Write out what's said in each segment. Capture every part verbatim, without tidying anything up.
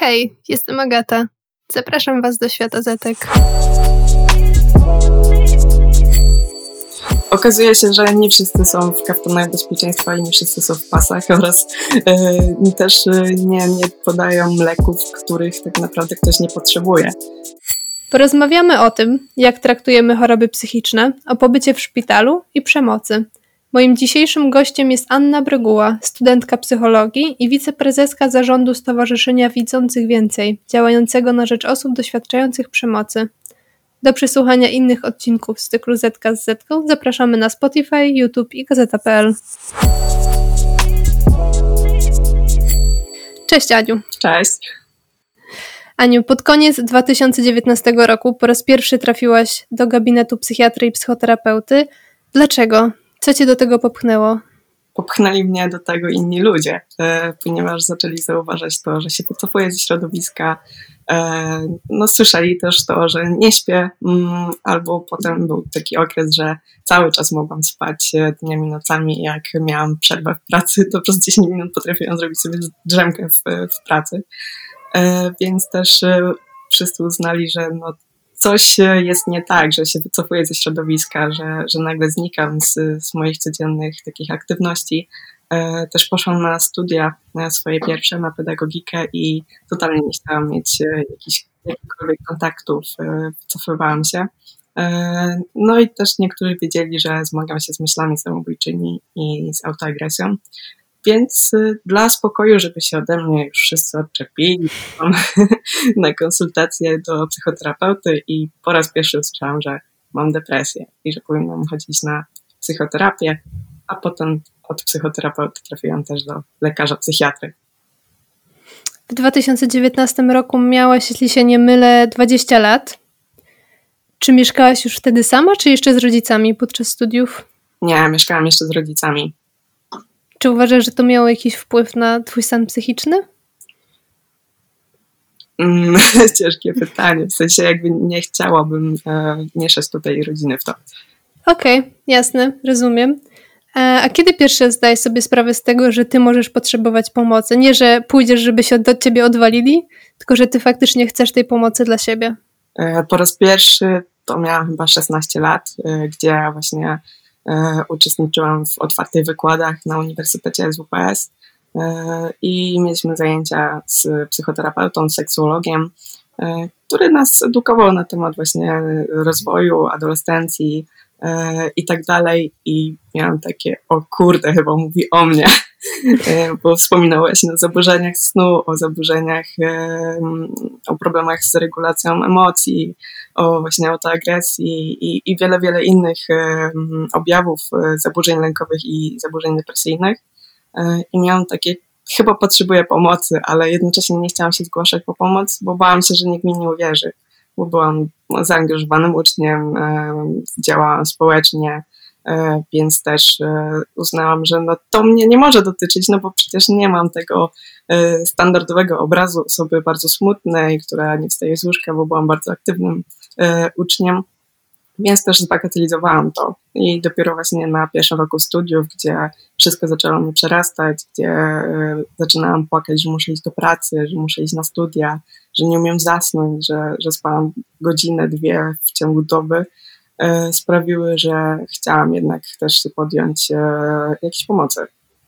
Hej, jestem Agata. Zapraszam Was do świata Zetek. Okazuje się, że nie wszyscy są w kaftanach bezpieczeństwa i nie wszyscy są w pasach oraz yy, też yy, nie, nie podają leków, których tak naprawdę ktoś nie potrzebuje. Porozmawiamy o tym, jak traktujemy choroby psychiczne, o pobycie w szpitalu i przemocy. Moim dzisiejszym gościem jest Anna Bryguła, studentka psychologii i wiceprezeska zarządu Stowarzyszenia Widzących Więcej, działającego na rzecz osób doświadczających przemocy. Do przesłuchania innych odcinków z cyklu Zetka z Zetką zapraszamy na Spotify, YouTube i gazeta kropka p l. Cześć Aniu. Cześć. Aniu, pod koniec dwa tysiące dziewiętnastego roku po raz pierwszy trafiłaś do gabinetu psychiatry i psychoterapeuty. Dlaczego? Co cię do tego popchnęło? Popchnęli mnie do tego inni ludzie, e, ponieważ zaczęli zauważać to, że się wycofuję ze środowiska. E, no, słyszeli też to, że nie śpię, mm, albo potem był taki okres, że cały czas mogłam spać dniami, nocami. Jak miałam przerwę w pracy, to przez dziesięć minut potrafiłam zrobić sobie drzemkę w, w pracy. E, więc też e, wszyscy uznali, że no, coś jest nie tak, że się wycofuję ze środowiska, że, że nagle znikam z, z moich codziennych takich aktywności. E, też poszłam na studia, na swoje pierwsze, na pedagogikę i totalnie nie chciałam mieć e, jakichś, jakichkolwiek kontaktów, e, wycofywałam się. E, no i też niektórzy wiedzieli, że zmagam się z myślami samobójczymi i z autoagresją. Więc y, dla spokoju, żeby się ode mnie już wszyscy odczepili, na konsultację do psychoterapeuty i po raz pierwszy usłyszałam, że mam depresję i że powinnam chodzić na psychoterapię, a potem od psychoterapeuty trafiłam też do lekarza psychiatry. W dwa tysiące dziewiętnastym roku miałaś, jeśli się nie mylę, dwadzieścia lat. Czy mieszkałaś już wtedy sama, czy jeszcze z rodzicami podczas studiów? Nie, mieszkałam jeszcze z rodzicami. Czy uważasz, że to miało jakiś wpływ na twój stan psychiczny? Mm, ciężkie pytanie, w sensie jakby nie chciałabym e, mieszać tutaj rodziny w to. Okej, okay, jasne, rozumiem. A kiedy pierwsze zdajesz sobie sprawę z tego, że ty możesz potrzebować pomocy? Nie, że pójdziesz, żeby się od ciebie odwalili, tylko że ty faktycznie chcesz tej pomocy dla siebie. E, po raz pierwszy to miałam chyba szesnaście lat, e, gdzie właśnie e, uczestniczyłam w otwartych wykładach na Uniwersytecie S W P S e, i mieliśmy zajęcia z psychoterapeutą, seksuologiem, e, który nas edukował na temat właśnie rozwoju, adolescencji, i tak dalej i miałam takie, o kurde, chyba mówi o mnie, bo wspominał właśnie o zaburzeniach snu, o zaburzeniach, o problemach z regulacją emocji, o właśnie autoagresji i, i wiele, wiele innych objawów zaburzeń lękowych i zaburzeń depresyjnych i miałam takie, chyba potrzebuję pomocy, ale jednocześnie nie chciałam się zgłaszać po pomoc, bo bałam się, że nikt mi nie uwierzy. Bo byłam zaangażowanym uczniem, działałam społecznie, więc też uznałam, że no to mnie nie może dotyczyć, no bo przecież nie mam tego standardowego obrazu osoby bardzo smutnej, która nie wstaje z łóżka, bo byłam bardzo aktywnym uczniem, więc też zbagatelizowałam to i dopiero właśnie na pierwszym roku studiów, gdzie wszystko zaczęło mnie przerastać, gdzie zaczynałam płakać, że muszę iść do pracy, że muszę iść na studia, że nie umiem zasnąć, że, że spałam godzinę, dwie w ciągu doby, e, sprawiły, że chciałam jednak też się podjąć e, jakiejś pomocy.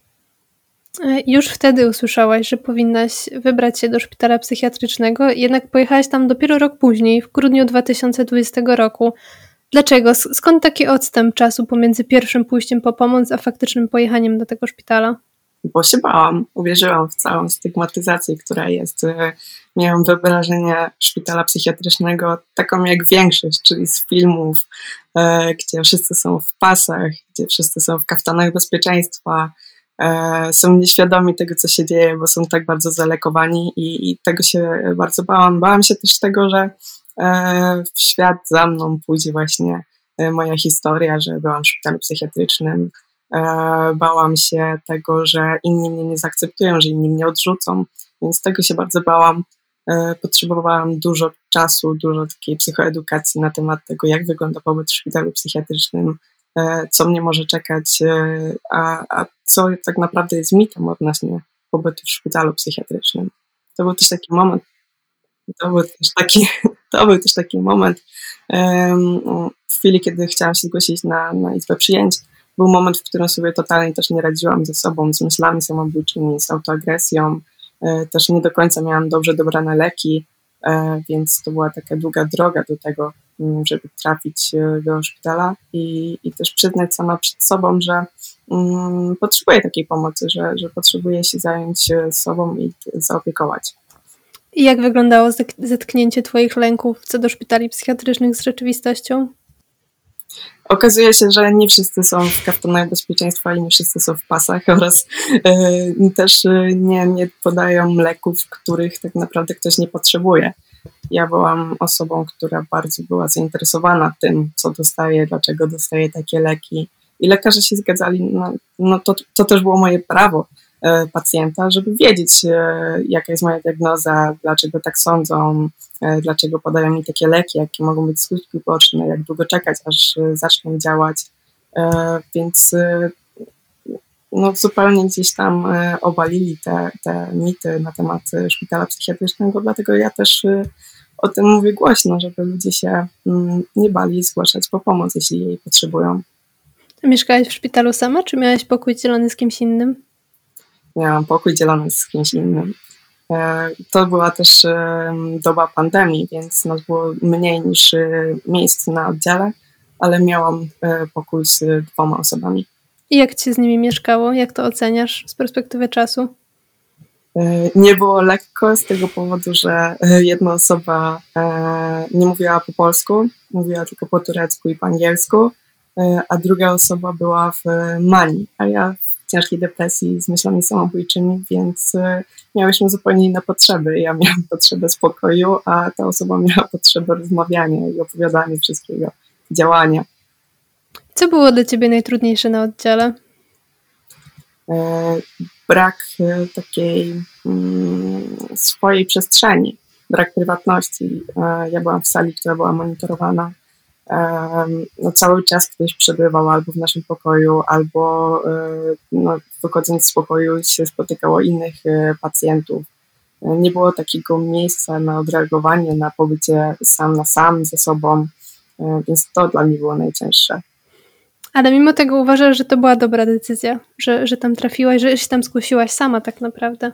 Już wtedy usłyszałaś, że powinnaś wybrać się do szpitala psychiatrycznego, jednak pojechałaś tam dopiero rok później, w grudniu dwa tysiące dwudziestego roku. Dlaczego? Skąd taki odstęp czasu pomiędzy pierwszym pójściem po pomoc, a faktycznym pojechaniem do tego szpitala? Bo się bałam, uwierzyłam w całą stygmatyzację, która jest. Miałam wyobrażenie szpitala psychiatrycznego taką jak większość, czyli z filmów, gdzie wszyscy są w pasach, gdzie wszyscy są w kaftanach bezpieczeństwa, są nieświadomi tego, co się dzieje, bo są tak bardzo zalekowani i, i tego się bardzo bałam. Bałam się też tego, że w świat za mną pójdzie właśnie moja historia, że byłam w szpitalu psychiatrycznym. Bałam się tego, że inni mnie nie zaakceptują, że inni mnie odrzucą, więc tego się bardzo bałam. Potrzebowałam dużo czasu, dużo takiej psychoedukacji na temat tego, jak wygląda pobyt w szpitalu psychiatrycznym, co mnie może czekać, a, a co tak naprawdę jest mitem odnośnie pobytu w szpitalu psychiatrycznym. to był też taki moment, to był też taki, to był też taki moment um, w chwili, kiedy chciałam się zgłosić na, na izbę przyjęć, był moment, w którym sobie totalnie też nie radziłam ze sobą, z myślami samobójczymi, z autoagresją, e, też nie do końca miałam dobrze dobrane leki, e, więc to była taka długa droga do tego, żeby trafić do szpitala i, i też przyznać sama przed sobą, że um, potrzebuję takiej pomocy, że, że potrzebuję się zająć sobą i zaopiekować. I jak wyglądało zetknięcie twoich lęków co do szpitali psychiatrycznych z rzeczywistością? Okazuje się, że nie wszyscy są w kaftanach bezpieczeństwa i nie wszyscy są w pasach oraz e, też nie, nie podają leków, których tak naprawdę ktoś nie potrzebuje. Ja byłam osobą, która bardzo była zainteresowana tym, co dostaje, dlaczego dostaje takie leki. I lekarze się zgadzali, no, no to, to też było moje prawo e, pacjenta, żeby wiedzieć, e, jaka jest moja diagnoza, dlaczego tak sądzą, e, dlaczego podają mi takie leki, jakie mogą być skutki uboczne, jak długo czekać, aż e, zaczną działać. E, więc e, no, zupełnie gdzieś tam e, obalili te, te mity na temat e, szpitala psychiatrycznego, dlatego ja też e, o tym mówię głośno, żeby ludzie się mm, nie bali zgłaszać po pomoc, jeśli jej potrzebują. Mieszkałaś w szpitalu sama, czy miałaś pokój dzielony z kimś innym? Miałam pokój dzielony z kimś innym. E, to była też e, doba pandemii, więc nas było mniej niż e, miejsc na oddziale, ale miałam e, pokój z dwoma osobami. I jak ci się z nimi mieszkało? Jak to oceniasz z perspektywy czasu? Nie było lekko z tego powodu, że jedna osoba nie mówiła po polsku, mówiła tylko po turecku i po angielsku, a druga osoba była w manii, a ja w ciężkiej depresji z myślami samobójczymi, więc miałyśmy zupełnie inne potrzeby. Ja miałam potrzebę spokoju, a ta osoba miała potrzebę rozmawiania i opowiadania wszystkiego, działania. Co było dla ciebie najtrudniejsze na oddziale? Brak takiej mm, swojej przestrzeni, brak prywatności. Ja byłam w sali, która była monitorowana. No, cały czas ktoś przebywał albo w naszym pokoju, albo no, wychodząc z pokoju się spotykało innych pacjentów. Nie było takiego miejsca na odreagowanie, na pobycie sam na sam ze sobą, więc to dla mnie było najcięższe. Ale mimo tego uważasz, że to była dobra decyzja, że, że tam trafiłaś, że się tam zgłosiłaś sama tak naprawdę?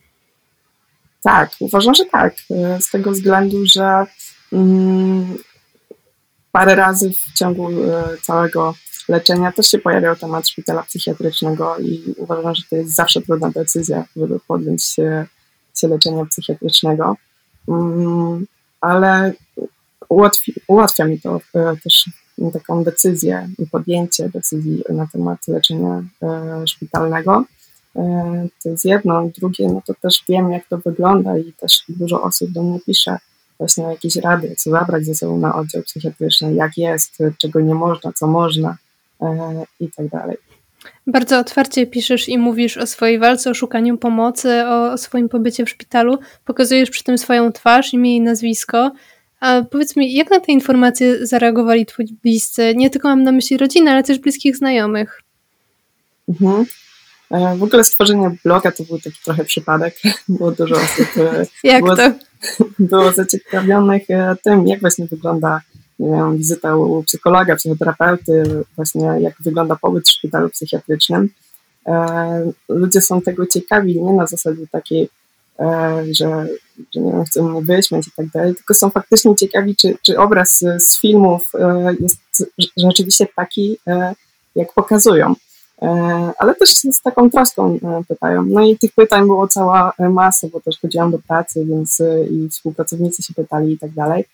Tak, uważam, że tak. Z tego względu, że mm, parę razy w ciągu całego leczenia też się pojawiał temat szpitala psychiatrycznego i uważam, że to jest zawsze trudna decyzja, żeby podjąć się, się leczenia psychiatrycznego. Mm, ale ułatwi, ułatwia mi to też taką decyzję i podjęcie decyzji na temat leczenia e, szpitalnego. E, to jest jedno. Drugie, no to też wiem, jak to wygląda i też dużo osób do mnie pisze właśnie jakieś rady, co zabrać ze sobą na oddział psychiatryczny, jak jest, czego nie można, co można e, i tak dalej. Bardzo otwarcie piszesz i mówisz o swojej walce, o szukaniu pomocy, o, o swoim pobycie w szpitalu. Pokazujesz przy tym swoją twarz, imię i nazwisko. A powiedz mi, jak na te informacje zareagowali twoi bliscy? Nie tylko mam na myśli rodzinę, ale też bliskich znajomych. Mhm. W ogóle stworzenie bloga to był taki trochę przypadek. Było dużo osób, jak było, to? było zaciekawionych tym, jak właśnie wygląda, nie wiem, wizyta u psychologa, psychoterapeuty, właśnie jak wygląda pobyt w szpitalu psychiatrycznym. Ludzie są tego ciekawi, nie na zasadzie takiej, że, że nie wiem, chcą mnie wyśmiać i tak dalej, tylko są faktycznie ciekawi, czy, czy obraz z filmów jest rzeczywiście taki, jak pokazują. Ale też z taką troską pytają. No i tych pytań było cała masa, bo też chodziłam do pracy, więc i współpracownicy się pytali i tak dalej.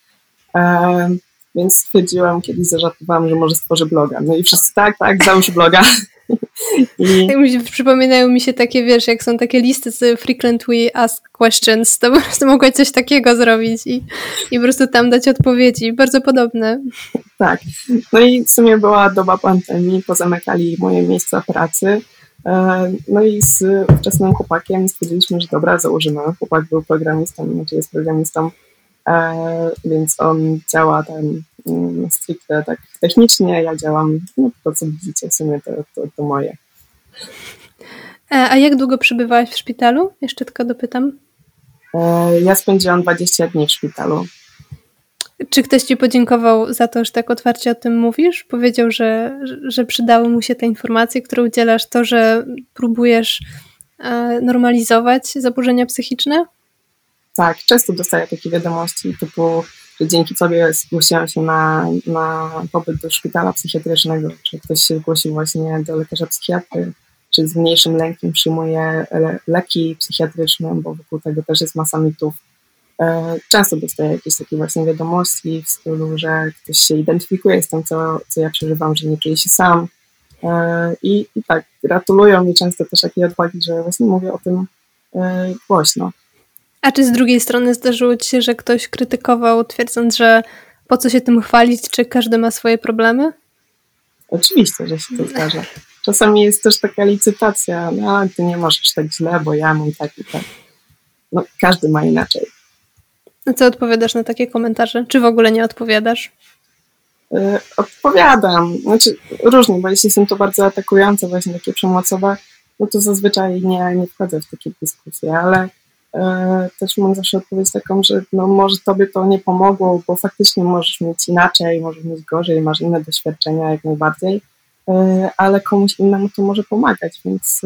Więc stwierdziłam, kiedyś zażartowałam, że może stworzę bloga. No i wszyscy tak, tak, załóż bloga. I... Tak, przypominają mi się takie, wiesz, jak są takie listy z frequently asked questions, to po prostu mogłaś coś takiego zrobić i, i po prostu tam dać odpowiedzi. Bardzo podobne. Tak. No i w sumie była doba pandemii, pozamykali moje miejsca pracy. No i z ówczesnym chłopakiem stwierdziliśmy, że dobra, założymy. Chłopak był programistą, znaczy jest programistą, więc on działa tam stricte tak technicznie, ja działam, no to co widzicie, w sumie to, to, to moje. A jak długo przebywałaś w szpitalu? Jeszcze tylko dopytam. Ja spędziłam dwadzieścia dni w szpitalu. Czy ktoś ci podziękował za to, że tak otwarcie o tym mówisz? Powiedział, że, że przydały mu się te informacje, które udzielasz, to, że próbujesz normalizować zaburzenia psychiczne? Tak, często dostaję takie wiadomości typu, że dzięki tobie zgłosiłam się na, na pobyt do szpitala psychiatrycznego, czy ktoś się zgłosił właśnie do lekarza psychiatry, czy z mniejszym lękiem przyjmuje le- leki psychiatryczne, bo wokół tego też jest masa mitów. Często dostaję jakieś takie właśnie wiadomości w stylu, że ktoś się identyfikuje z tym, co, co ja przeżywam, że nie czuje się sam. I, i tak, gratulują mi często też takiej odwagi, że właśnie mówię o tym głośno. A czy z drugiej strony zdarzyło ci się, że ktoś krytykował, twierdząc, że po co się tym chwalić, czy każdy ma swoje problemy? Oczywiście, że się to zdarza. Czasami jest też taka licytacja, no ty nie możesz tak źle, bo ja mam tak i tak. No, każdy ma inaczej. A co odpowiadasz na takie komentarze? Czy w ogóle nie odpowiadasz? Yy, odpowiadam. Znaczy różnie, bo jeśli są to bardzo atakujące, właśnie takie przemocowe, no to zazwyczaj nie, nie wchodzę w takie dyskusje, ale yy, też mam zawsze odpowiedź taką, że no może tobie to nie pomogło, bo faktycznie możesz mieć inaczej, możesz mieć gorzej, masz inne doświadczenia jak najbardziej, yy, ale komuś innemu to może pomagać, więc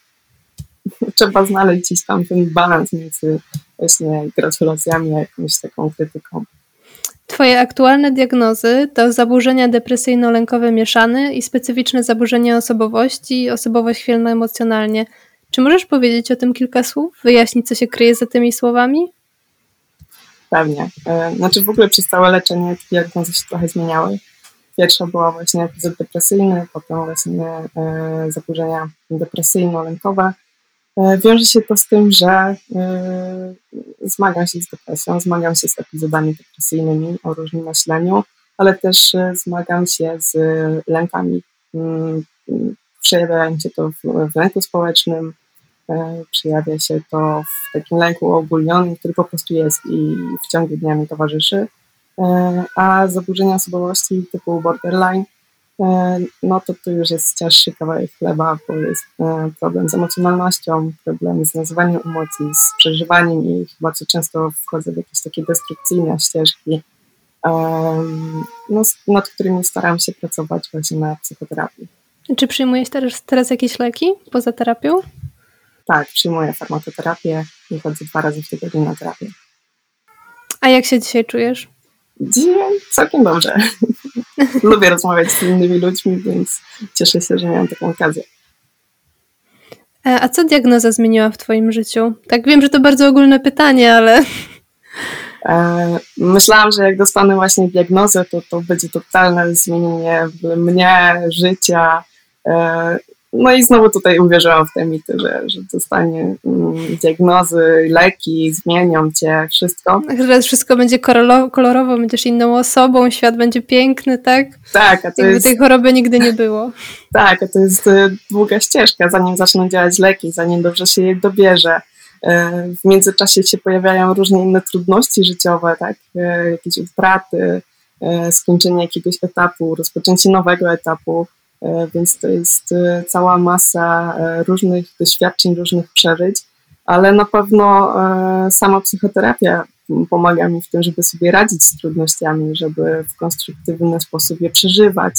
yy, trzeba znaleźć gdzieś tam ten balans między właśnie gratulacjami a jakąś taką krytyką. Twoje aktualne diagnozy to zaburzenia depresyjno-lękowe mieszane i specyficzne zaburzenia osobowości i osobowość chwiejno-emocjonalnie. Czy możesz powiedzieć o tym kilka słów? Wyjaśnić, co się kryje za tymi słowami? Pewnie. Znaczy w ogóle przez całe leczenie diagnozy się trochę zmieniały. Pierwsza była właśnie epizod depresyjny, potem właśnie e, zaburzenia depresyjno-lękowe. E, wiąże się to z tym, że e, zmagam się z depresją, zmagam się z epizodami depresyjnymi o różnym nasileniu, ale też e, zmagam się z lękami. Mm, Przejawia się to w, w lęku społecznym, e, przejawia się to w takim lęku ogólnionym, który po prostu jest i w ciągu dnia mi towarzyszy. A zaburzenia osobowości typu borderline, no to tu już jest cięższy kawałek chleba, bo jest problem z emocjonalnością, problem z nazywaniem emocji, z przeżywaniem i chyba co często wchodzę w jakieś takie destrukcyjne ścieżki, no, nad którymi staram się pracować właśnie na psychoterapii. Czy przyjmujesz teraz, teraz jakieś leki poza terapią? Tak, przyjmuję farmakoterapię i chodzę dwa razy w tygodniu na terapię. A jak się dzisiaj czujesz? Dzisiaj całkiem dobrze. Lubię rozmawiać z innymi ludźmi, więc cieszę się, że miałam taką okazję. A co diagnoza zmieniła w twoim życiu? Tak, wiem, że to bardzo ogólne pytanie, ale... Myślałam, że jak dostanę właśnie diagnozę, to to będzie totalne zmienienie mnie, życia. No i znowu tutaj uwierzyłam w te mity, że, że dostanie diagnozy, leki, zmienią cię, wszystko. Teraz wszystko będzie kolorowo, będziesz inną osobą, świat będzie piękny, tak? Tak, a to Jakby jest... tej choroby nigdy nie było. Tak, a to jest długa ścieżka, zanim zaczną działać leki, zanim dobrze się je dobierze. W międzyczasie się pojawiają różne inne trudności życiowe, tak? Jakieś utraty, skończenie jakiegoś etapu, rozpoczęcie nowego etapu. Więc to jest cała masa różnych doświadczeń, różnych przeżyć, ale na pewno sama psychoterapia pomaga mi w tym, żeby sobie radzić z trudnościami, żeby w konstruktywny sposób je przeżywać,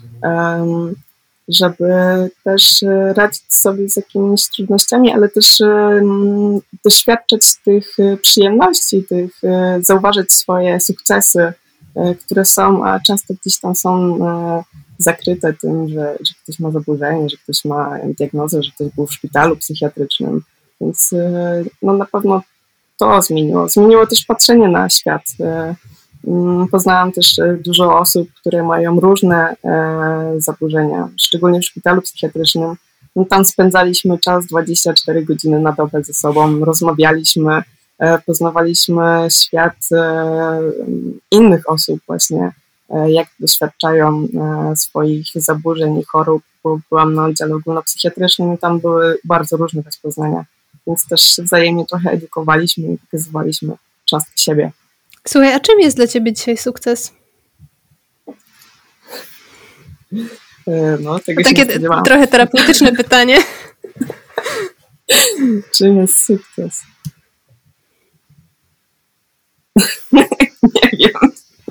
żeby też radzić sobie z jakimiś trudnościami, ale też doświadczać tych przyjemności, tych, zauważyć swoje sukcesy, które są, a często gdzieś tam są zakryte tym, że, że ktoś ma zaburzenie, że ktoś ma diagnozę, że ktoś był w szpitalu psychiatrycznym. Więc no, na pewno to zmieniło. Zmieniło też patrzenie na świat. Poznałam też dużo osób, które mają różne zaburzenia, szczególnie w szpitalu psychiatrycznym. No, tam spędzaliśmy czas dwadzieścia cztery godziny na dobę ze sobą, rozmawialiśmy, poznawaliśmy świat innych osób właśnie, jak doświadczają swoich zaburzeń i chorób, bo byłam na oddziale ogólnopsychiatrycznym i tam były bardzo różne rozpoznania, więc też się wzajemnie trochę edukowaliśmy i pokazywaliśmy cząstkę siebie. Słuchaj, a czym jest dla ciebie dzisiaj sukces? No, tego to się takie nie spodziewałam. Trochę terapeutyczne pytanie. Czym jest sukces? Nie wiem.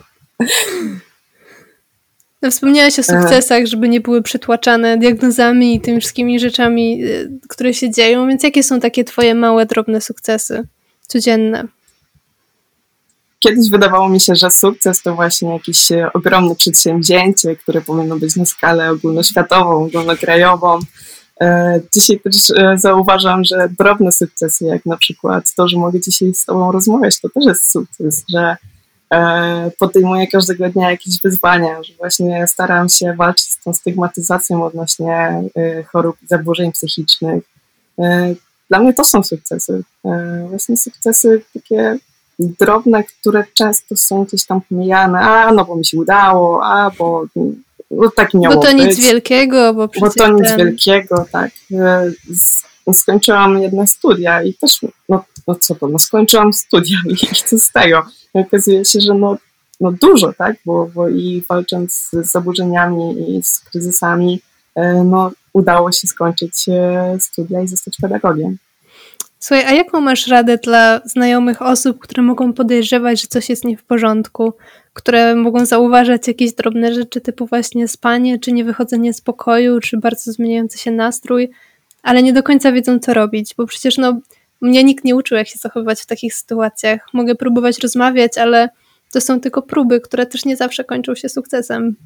No, wspomniałaś o sukcesach, żeby nie były przytłaczane diagnozami i tymi wszystkimi rzeczami, które się dzieją, więc jakie są takie twoje małe, drobne sukcesy codzienne? Kiedyś wydawało mi się, że sukces to właśnie jakieś ogromne przedsięwzięcie, które powinno być na skalę ogólnoświatową, ogólnokrajową. Dzisiaj też zauważam, że drobne sukcesy, jak na przykład to, że mogę dzisiaj z tobą rozmawiać, to też jest sukces, że podejmuję każdego dnia jakieś wyzwania, że właśnie staram się walczyć z tą stygmatyzacją odnośnie chorób i zaburzeń psychicznych. Dla mnie to są sukcesy. Właśnie sukcesy takie drobne, które często są gdzieś tam pomijane. A, no bo mi się udało, a bo no, tak miało być. Bo to być. nic wielkiego. Bo, bo to nic ten... wielkiego, tak. Skończyłam jedne studia i też, no, no co to, no skończyłam studia i co z tego? I okazuje się, że no, no dużo, tak, bo, bo i walcząc z zaburzeniami i z kryzysami, no udało się skończyć studia i zostać pedagogiem. Słuchaj, a jaką masz radę dla znajomych osób, które mogą podejrzewać, że coś jest nie w porządku, które mogą zauważać jakieś drobne rzeczy typu właśnie spanie, czy niewychodzenie z pokoju, czy bardzo zmieniający się nastrój, ale nie do końca wiedzą, co robić, bo przecież no, mnie nikt nie uczył, jak się zachowywać w takich sytuacjach. Mogę próbować rozmawiać, ale to są tylko próby, które też nie zawsze kończą się sukcesem.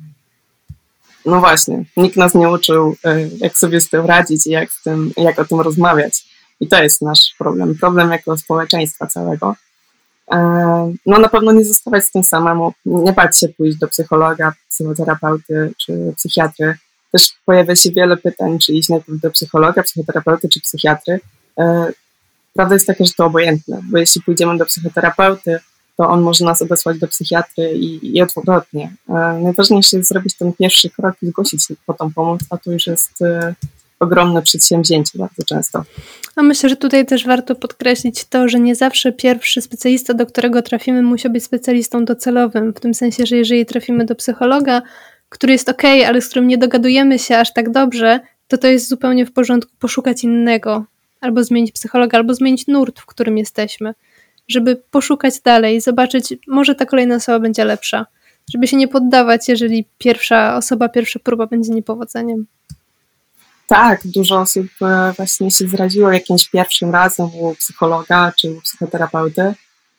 No właśnie, nikt nas nie uczył, jak sobie z tym radzić i jak, z tym, jak o tym rozmawiać. I to jest nasz problem, problem jako społeczeństwa całego. No na pewno nie zostawać z tym samemu, nie bać się pójść do psychologa, psychoterapeuty czy psychiatry. Też pojawia się wiele pytań, czy iść najpierw do psychologa, psychoterapeuty czy psychiatry. Prawda jest taka, że to obojętne, bo jeśli pójdziemy do psychoterapeuty, to on może nas odesłać do psychiatry i, i odwrotnie. Najważniejsze jest zrobić ten pierwszy krok i zgłosić po tą pomoc, a to już jest ogromne przedsięwzięcie bardzo często. A myślę, że tutaj też warto podkreślić to, że nie zawsze pierwszy specjalista, do którego trafimy, musi być specjalistą docelowym. W tym sensie, że jeżeli trafimy do psychologa, który jest okej, ale z którym nie dogadujemy się aż tak dobrze, to to jest zupełnie w porządku poszukać innego. Albo zmienić psychologa, albo zmienić nurt, w którym jesteśmy. Żeby poszukać dalej, zobaczyć, może ta kolejna osoba będzie lepsza. Żeby się nie poddawać, jeżeli pierwsza osoba, pierwsza próba będzie niepowodzeniem. Tak, dużo osób właśnie się zraziło jakimś pierwszym razem u psychologa czy u psychoterapeuty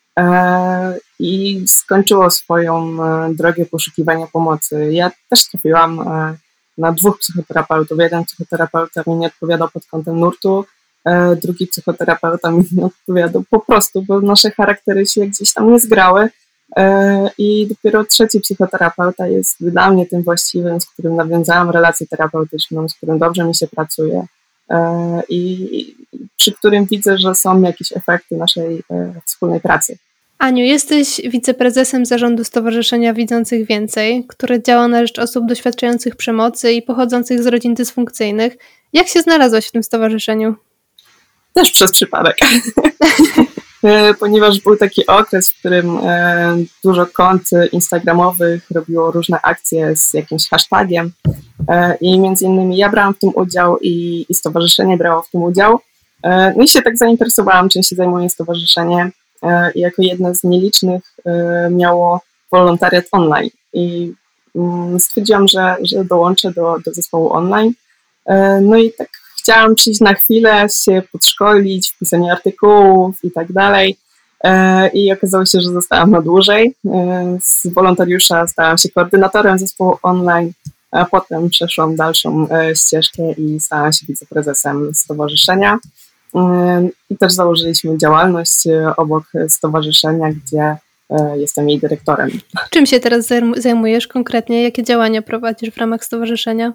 i skończyło swoją drogę poszukiwania pomocy. Ja też trafiłam na dwóch psychoterapeutów. Jeden psychoterapeuta mi nie odpowiadał pod kątem nurtu, drugi psychoterapeuta mi nie odpowiadał po prostu, bo nasze charaktery się gdzieś tam nie zgrały. I dopiero trzeci psychoterapeuta jest dla mnie tym właściwym, z którym nawiązałam relację terapeutyczną, z którym dobrze mi się pracuje i przy którym widzę, że są jakieś efekty naszej wspólnej pracy. Aniu, jesteś wiceprezesem zarządu Stowarzyszenia Widzących Więcej, które działa na rzecz osób doświadczających przemocy i pochodzących z rodzin dysfunkcyjnych. Jak się znalazłaś w tym stowarzyszeniu? Też przez przypadek. Ponieważ był taki okres, w którym dużo kont instagramowych robiło różne akcje z jakimś hashtagiem i między innymi ja brałam w tym udział i, i stowarzyszenie brało w tym udział. No i się tak zainteresowałam, czym się zajmuje stowarzyszenie i jako jedno z nielicznych miało wolontariat online i stwierdziłam, że, że dołączę do, do zespołu online. No i tak chciałam przyjść na chwilę, się podszkolić w pisaniu artykułów i tak dalej. I okazało się, że zostałam na dłużej. Z wolontariusza stałam się koordynatorem zespołu online, a potem przeszłam dalszą ścieżkę i stałam się wiceprezesem stowarzyszenia. I też założyliśmy działalność obok stowarzyszenia, gdzie jestem jej dyrektorem. Czym się teraz zajmujesz konkretnie? Jakie działania prowadzisz w ramach stowarzyszenia?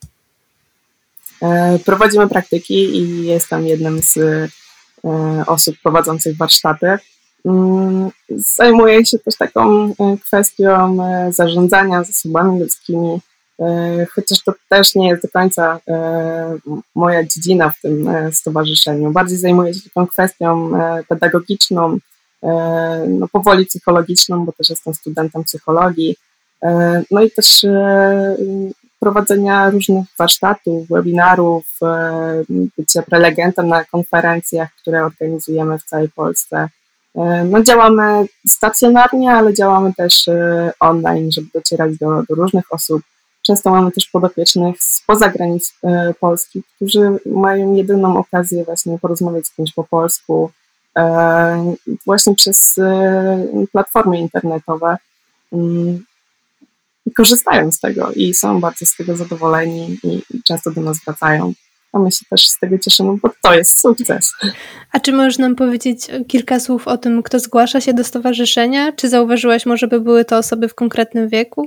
Prowadzimy praktyki i jestem jednym z osób prowadzących warsztaty. Zajmuję się też taką kwestią zarządzania zasobami ludzkimi, chociaż to też nie jest do końca moja dziedzina w tym stowarzyszeniu. Bardziej zajmuję się taką kwestią pedagogiczną, no powoli psychologiczną, bo też jestem studentem psychologii. No i też prowadzenia różnych warsztatów, webinarów, bycia prelegentem na konferencjach, które organizujemy w całej Polsce. No, działamy stacjonarnie, ale działamy też online, żeby docierać do, do różnych osób. Często mamy też podopiecznych spoza granic Polski, którzy mają jedyną okazję właśnie porozmawiać z kimś po polsku, właśnie przez platformy internetowe. I korzystają z tego i są bardzo z tego zadowoleni i, i często do nas wracają. A my się też z tego cieszymy, bo to jest sukces. A czy możesz nam powiedzieć kilka słów o tym, kto zgłasza się do stowarzyszenia? Czy zauważyłaś może, by były to osoby w konkretnym wieku?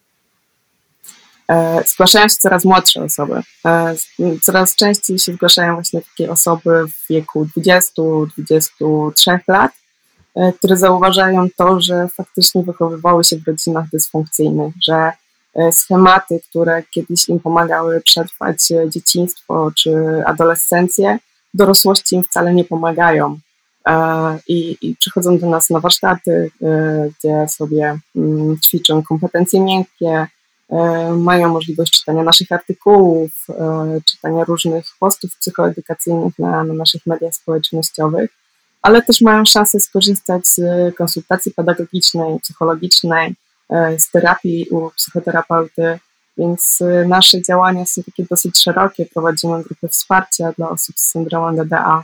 E, zgłaszają się coraz młodsze osoby. E, coraz częściej się zgłaszają właśnie takie osoby w wieku dwudziestu do dwudziestu trzech lat, e, które zauważają to, że faktycznie wychowywały się w rodzinach dysfunkcyjnych, że e, schematy, które kiedyś im pomagały przetrwać dzieciństwo czy adolescencję, w dorosłości im wcale nie pomagają. E, i, I przychodzą do nas na warsztaty, e, gdzie sobie mm, ćwiczą kompetencje miękkie, mają możliwość czytania naszych artykułów, czytania różnych postów psychoedukacyjnych na, na naszych mediach społecznościowych, ale też mają szansę skorzystać z konsultacji pedagogicznej, psychologicznej, z terapii u psychoterapeuty, więc nasze działania są takie dosyć szerokie. Prowadzimy grupy wsparcia dla osób z syndromem D D A,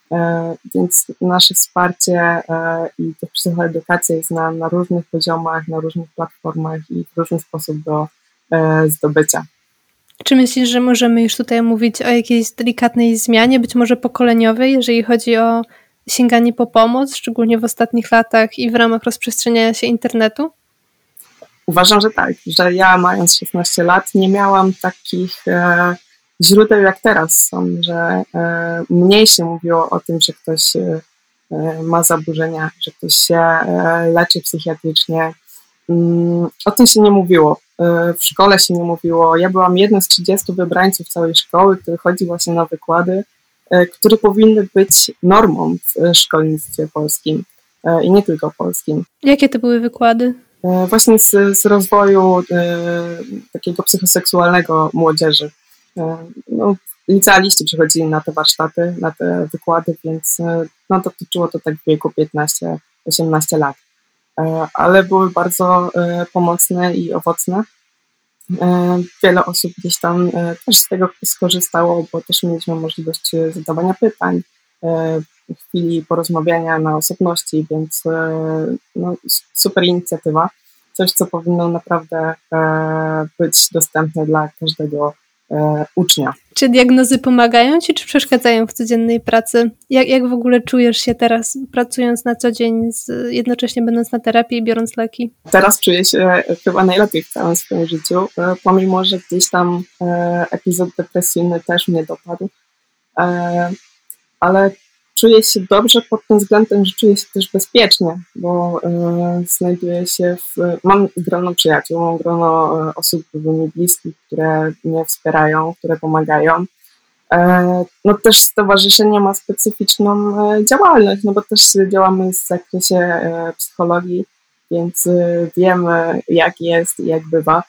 więc nasze wsparcie i to psychoedukacja jest na, na różnych poziomach, na różnych platformach i w różny sposób do zdobycia. Czy myślisz, że możemy już tutaj mówić o jakiejś delikatnej zmianie, być może pokoleniowej, jeżeli chodzi o sięganie po pomoc, szczególnie w ostatnich latach i w ramach rozprzestrzeniania się internetu? Uważam, że tak, że ja mając szesnaście lat nie miałam takich e, źródeł jak teraz są, że e, mniej się mówiło o tym, że ktoś e, ma zaburzenia, że ktoś się e, leczy psychiatrycznie. Mm, o tym się nie mówiło. E, w szkole się nie mówiło. Ja byłam jednym z trzydziestu wybrańców całej szkoły, który chodzi właśnie na wykłady, e, które powinny być normą w szkolnictwie polskim e, i nie tylko polskim. Jakie to były wykłady? Właśnie z, z rozwoju e, takiego psychoseksualnego młodzieży. E, no, licealiści przychodzili na te warsztaty, na te wykłady, więc e, no, dotyczyło to tak w wieku piętnaście osiemnaście lat. E, ale były bardzo e, pomocne i owocne. E, wiele osób gdzieś tam e, też z tego skorzystało, bo też mieliśmy możliwość zadawania pytań, e, w chwili porozmawiania na osobności, więc no, super inicjatywa. Coś, co powinno naprawdę e, być dostępne dla każdego e, ucznia. Czy diagnozy pomagają Ci, czy przeszkadzają w codziennej pracy? Jak, jak w ogóle czujesz się teraz, pracując na co dzień, z, jednocześnie będąc na terapii i biorąc leki? Teraz czuję się chyba najlepiej w całym swoim życiu, e, pomimo, że gdzieś tam e, epizod depresyjny też mnie dopadł, e, ale czuję się dobrze pod tym względem, że czuję się też bezpiecznie, bo e, znajduję się w... Mam grono przyjaciół, mam grono e, osób mi bliskich, które mnie wspierają, które pomagają. E, no też stowarzyszenie ma specyficzną e, działalność, no bo też działamy w zakresie e, psychologii, więc e, wiemy jak jest i jak bywa.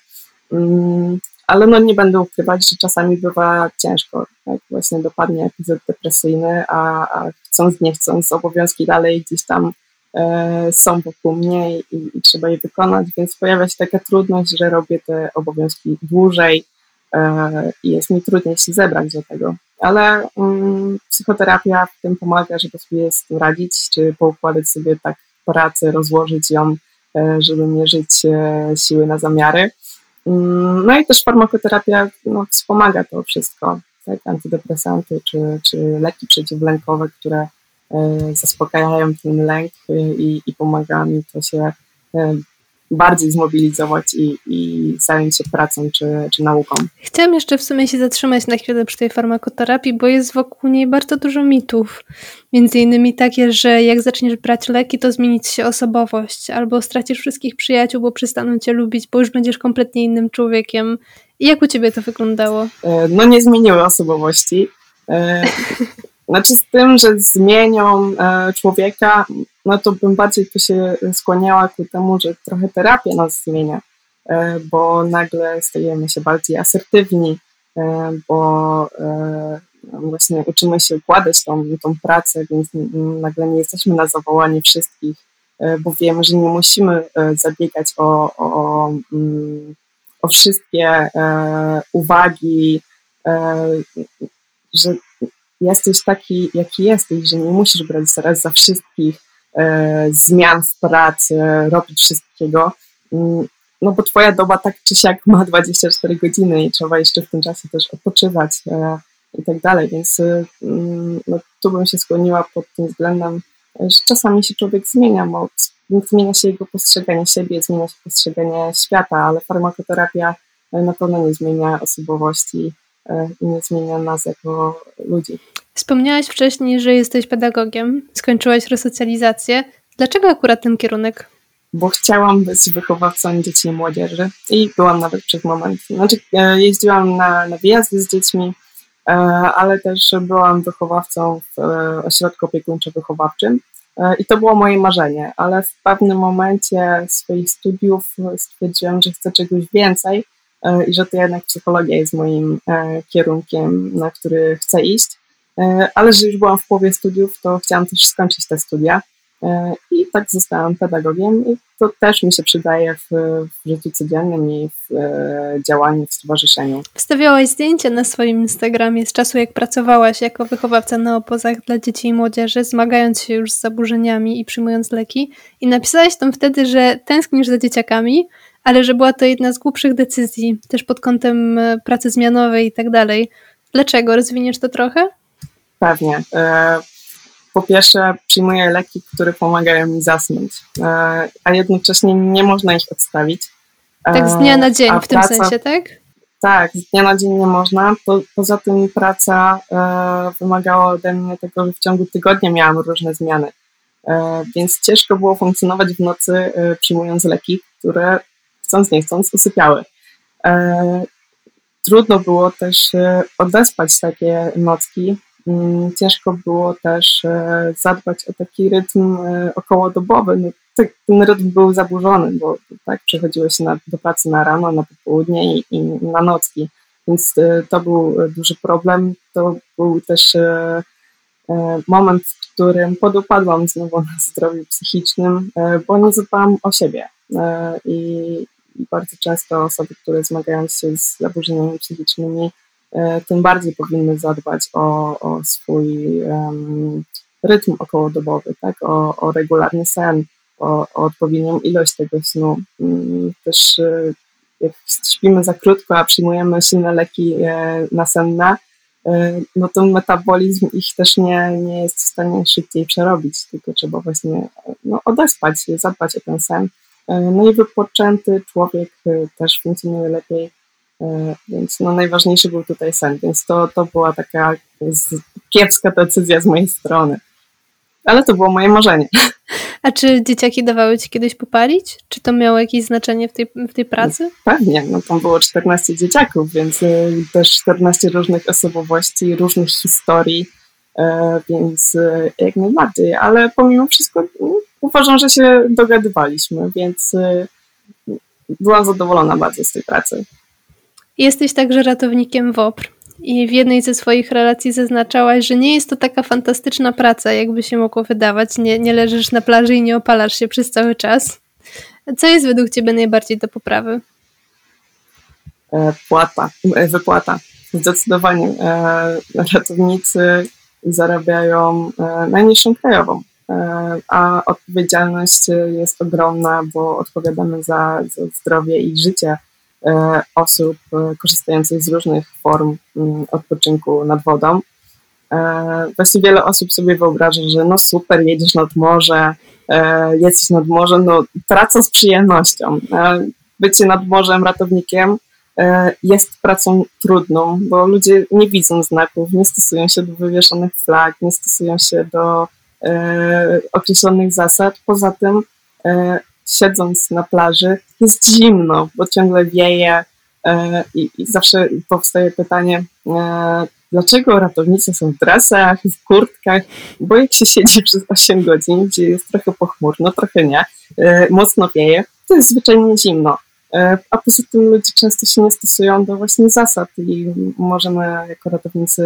Mm, ale no nie będę ukrywać, że czasami bywa ciężko, tak? Właśnie dopadnie epizod depresyjny, a, a chcąc nie chcąc obowiązki dalej gdzieś tam e, są wokół mnie i, i trzeba je wykonać, więc pojawia się taka trudność, że robię te obowiązki dłużej e, i jest mi trudniej się zebrać do tego. Ale mm, psychoterapia w tym pomaga, żeby sobie z tym radzić, czy poukładać sobie tak pracę, rozłożyć ją, e, żeby mierzyć e, siły na zamiary. No i też farmakoterapia no, wspomaga to wszystko, tak? Antydepresanty czy, czy leki przeciwlękowe, które e, zaspokajają ten lęk i, i pomaga mi to się e, bardziej zmobilizować i, i zająć się pracą czy, czy nauką. Chciałam jeszcze w sumie się zatrzymać na chwilę przy tej farmakoterapii, bo jest wokół niej bardzo dużo mitów. Między innymi takie, że jak zaczniesz brać leki, to zmieni ci się osobowość, albo stracisz wszystkich przyjaciół, bo przestaną cię lubić, bo już będziesz kompletnie innym człowiekiem. I jak u ciebie to wyglądało? No nie zmieniły osobowości. Znaczy z tym, że zmienią człowieka, no to bym bardziej tu się skłaniała ku temu, że trochę terapia nas zmienia, bo nagle stajemy się bardziej asertywni, bo właśnie uczymy się układać tą, tą pracę, więc nagle nie jesteśmy na zawołanie wszystkich, bo wiemy, że nie musimy zabiegać o, o, o wszystkie uwagi, że jesteś taki, jaki jesteś, że nie musisz brać zaraz za wszystkich zmian w pracy, robić wszystkiego. No bo twoja doba tak czy siak ma dwadzieścia cztery godziny i trzeba jeszcze w tym czasie też odpoczywać e, i tak dalej, więc e, no, tu bym się skłoniła pod tym względem, że czasami się człowiek zmienia, bo zmienia się jego postrzeganie siebie, zmienia się postrzeganie świata, ale farmakoterapia na pewno nie zmienia osobowości e, i nie zmienia nas jako ludzi. Wspomniałaś wcześniej, że jesteś pedagogiem, skończyłaś resocjalizację. Dlaczego akurat ten kierunek? Bo chciałam być wychowawcą dzieci i młodzieży i byłam nawet przez moment, znaczy jeździłam na, na wyjazdy z dziećmi, ale też byłam wychowawcą w ośrodku opiekuńczo-wychowawczym i to było moje marzenie, ale w pewnym momencie swoich studiów stwierdziłam, że chcę czegoś więcej i że to jednak psychologia jest moim kierunkiem, na który chcę iść, ale że już byłam w połowie studiów, to chciałam też skończyć te studia. I tak zostałam pedagogiem i to też mi się przydaje w, w życiu codziennym i w e, działaniu w stowarzyszeniu. Wstawiałaś zdjęcie na swoim Instagramie z czasu, jak pracowałaś jako wychowawca na obozach dla dzieci i młodzieży, zmagając się już z zaburzeniami i przyjmując leki. I napisałaś tam wtedy, że tęsknisz za dzieciakami, ale że była to jedna z głupszych decyzji, też pod kątem pracy zmianowej i tak dalej. Dlaczego? Rozwiniesz to trochę? Pewnie. E- Po pierwsze, przyjmuję leki, które pomagają mi zasnąć, a jednocześnie nie można ich odstawić. Tak z dnia na dzień, a w tym praca, sensie, tak? Tak, z dnia na dzień nie można. Po, poza tym praca e, wymagała ode mnie tego, że w ciągu tygodnia miałam różne zmiany. E, więc ciężko było funkcjonować w nocy, e, przyjmując leki, które chcąc nie chcąc usypiały. E, trudno było też e, odespać takie nocki. Ciężko było też e, zadbać o taki rytm e, okołodobowy. No, te, ten rytm był zaburzony, bo tak przechodziło się na, do pracy na rano, na popołudnie i, i na nocki, więc e, to był duży problem. To był też e, e, moment, w którym podupadłam znowu na zdrowiu psychicznym, e, bo nie zadbałam o siebie e, i, i bardzo często osoby, które zmagają się z zaburzeniami psychicznymi, tym bardziej powinny zadbać o, o swój um, rytm okołodobowy, tak? o, o regularny sen, o, o odpowiednią ilość tego snu. Też jak śpimy za krótko, a przyjmujemy silne leki nasenne, no to metabolizm ich też nie, nie jest w stanie szybciej przerobić, tylko trzeba właśnie no, odespać, zadbać o ten sen. No i wypoczęty człowiek też funkcjonuje lepiej. Więc no, najważniejszy był tutaj sen, więc to, to była taka kiepska decyzja z mojej strony. Ale to było moje marzenie. A czy dzieciaki dawały ci kiedyś popalić? Czy to miało jakieś znaczenie w tej, w tej pracy? Pewnie, no tam było czternaście dzieciaków, więc y, też czternaście różnych osobowości, różnych historii, y, więc y, jak najbardziej, ale pomimo wszystko y, uważam, że się dogadywaliśmy, więc y, byłam zadowolona bardzo z tej pracy. Jesteś także ratownikiem W O P R i w jednej ze swoich relacji zaznaczałaś, że nie jest to taka fantastyczna praca, jakby się mogło wydawać. Nie, nie leżysz na plaży i nie opalasz się przez cały czas. Co jest według ciebie najbardziej do poprawy? Płata, wypłata. Zdecydowanie ratownicy zarabiają najniższą krajową, a odpowiedzialność jest ogromna, bo odpowiadamy za, za zdrowie i życie osób korzystających z różnych form odpoczynku nad wodą. Właśnie wiele osób sobie wyobraża, że no super, jedziesz nad morze, jesteś nad morzem, no praca z przyjemnością. Bycie nad morzem ratownikiem jest pracą trudną, bo ludzie nie widzą znaków, nie stosują się do wywieszonych flag, nie stosują się do określonych zasad. Poza tym siedząc na plaży, jest zimno, bo ciągle wieje e, i, i zawsze powstaje pytanie, e, dlaczego ratownicy są w dresach, w kurtkach, bo jak się siedzi przez osiem godzin, gdzie jest trochę pochmurno, trochę nie, e, mocno wieje, to jest zwyczajnie zimno. E, a poza tym ludzie często się nie stosują do właśnie zasad i możemy jako ratownicy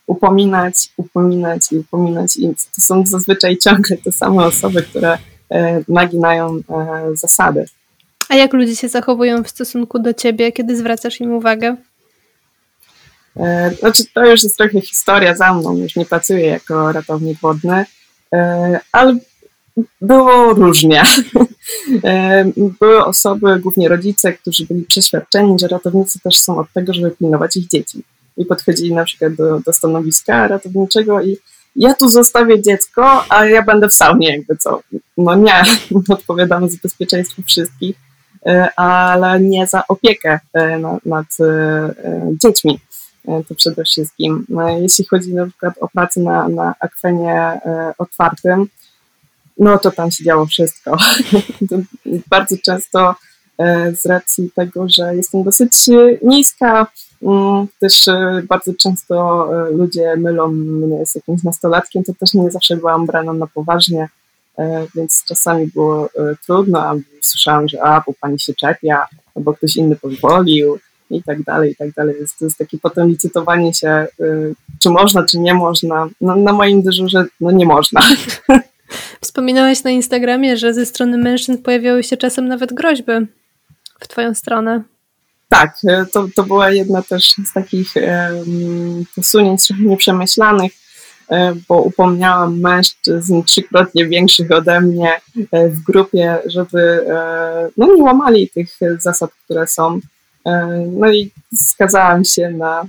upominać, upominać i upominać. I to są zazwyczaj ciągle te same osoby, które naginają zasady. A jak ludzie się zachowują w stosunku do ciebie, kiedy zwracasz im uwagę? Znaczy, to już jest trochę historia za mną, już nie pracuję jako ratownik wodny, ale było różnie. Były osoby, głównie rodzice, którzy byli przeświadczeni, że ratownicy też są od tego, żeby pilnować ich dzieci. I podchodzili na przykład do, do stanowiska ratowniczego i ja tu zostawię dziecko, a ja będę w saunie, jakby co. No nie, odpowiadamy za bezpieczeństwo wszystkich, ale nie za opiekę nad, nad dziećmi. To przede wszystkim. Jeśli chodzi na przykład o pracę na, na akwenie otwartym, no to tam się działo wszystko. Bardzo często z racji tego, że jestem dosyć niska, też bardzo często ludzie mylą mnie z jakimś nastolatkiem, to też nie zawsze byłam brana na poważnie, więc czasami było trudno, a słyszałam, że a, bo pani się czepia, albo ktoś inny pozwolił i tak dalej, i tak dalej. Jest, to jest takie potem licytowanie się, czy można, czy nie można. No, na moim dyżurze no nie można. Wspominałaś na Instagramie, że ze strony mężczyzn pojawiały się czasem nawet groźby w twoją stronę. Tak, to, to była jedna też z takich um, posunięć trochę nieprzemyślanych, bo upomniałam mężczyzn trzykrotnie większych ode mnie w grupie, żeby no, nie łamali tych zasad, które są. No i skazałam się na,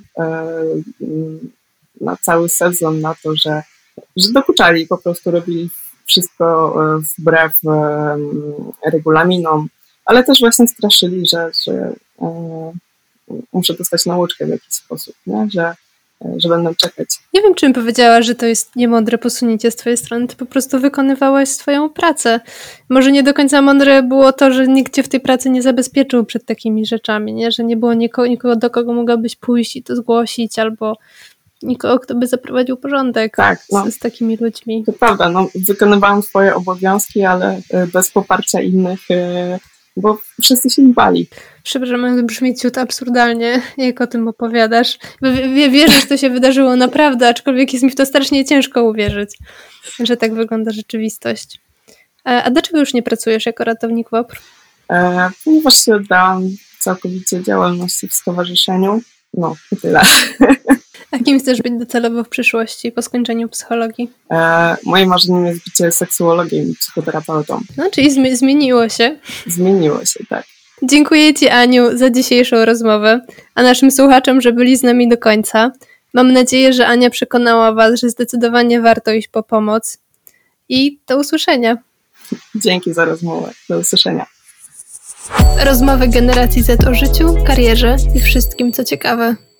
na cały sezon na to, że, że dokuczali, po prostu robili wszystko wbrew regulaminom, ale też właśnie straszyli, że, że muszę dostać nauczkę w jakiś sposób, nie? Że, że będę czekać. Nie wiem, czy bym powiedziała, że to jest niemądre posunięcie z twojej strony, ty po prostu wykonywałaś swoją pracę. Może nie do końca mądre było to, że nikt cię w tej pracy nie zabezpieczył przed takimi rzeczami, nie? Że nie było nikogo, nikogo, do kogo mogłabyś pójść i to zgłosić, albo nikogo, kto by zaprowadził porządek tak, no, z, z takimi ludźmi. To prawda, no, wykonywałam swoje obowiązki, ale bez poparcia innych, bo wszyscy się nie bali. Przepraszam, brzmi ciut absurdalnie, jak o tym opowiadasz. W- wierzę, że to się wydarzyło naprawdę, aczkolwiek jest mi w to strasznie ciężko uwierzyć, że tak wygląda rzeczywistość. A dlaczego już nie pracujesz jako ratownik W O P R? E, ponieważ się oddałam całkowicie działalności w stowarzyszeniu. No i tyle. A kim chcesz być docelowo w przyszłości, po skończeniu psychologii? E, moim marzeniem jest bycie seksuologiem i psychoterapeutą. No, czyli zmi- zmieniło się. Zmieniło się, tak. Dziękuję Ci, Aniu, za dzisiejszą rozmowę, a naszym słuchaczom, że byli z nami do końca. Mam nadzieję, że Ania przekonała Was, że zdecydowanie warto iść po pomoc. I do usłyszenia. Dzięki za rozmowę. Do usłyszenia. Rozmowy Generacji Z o życiu, karierze i wszystkim, co ciekawe.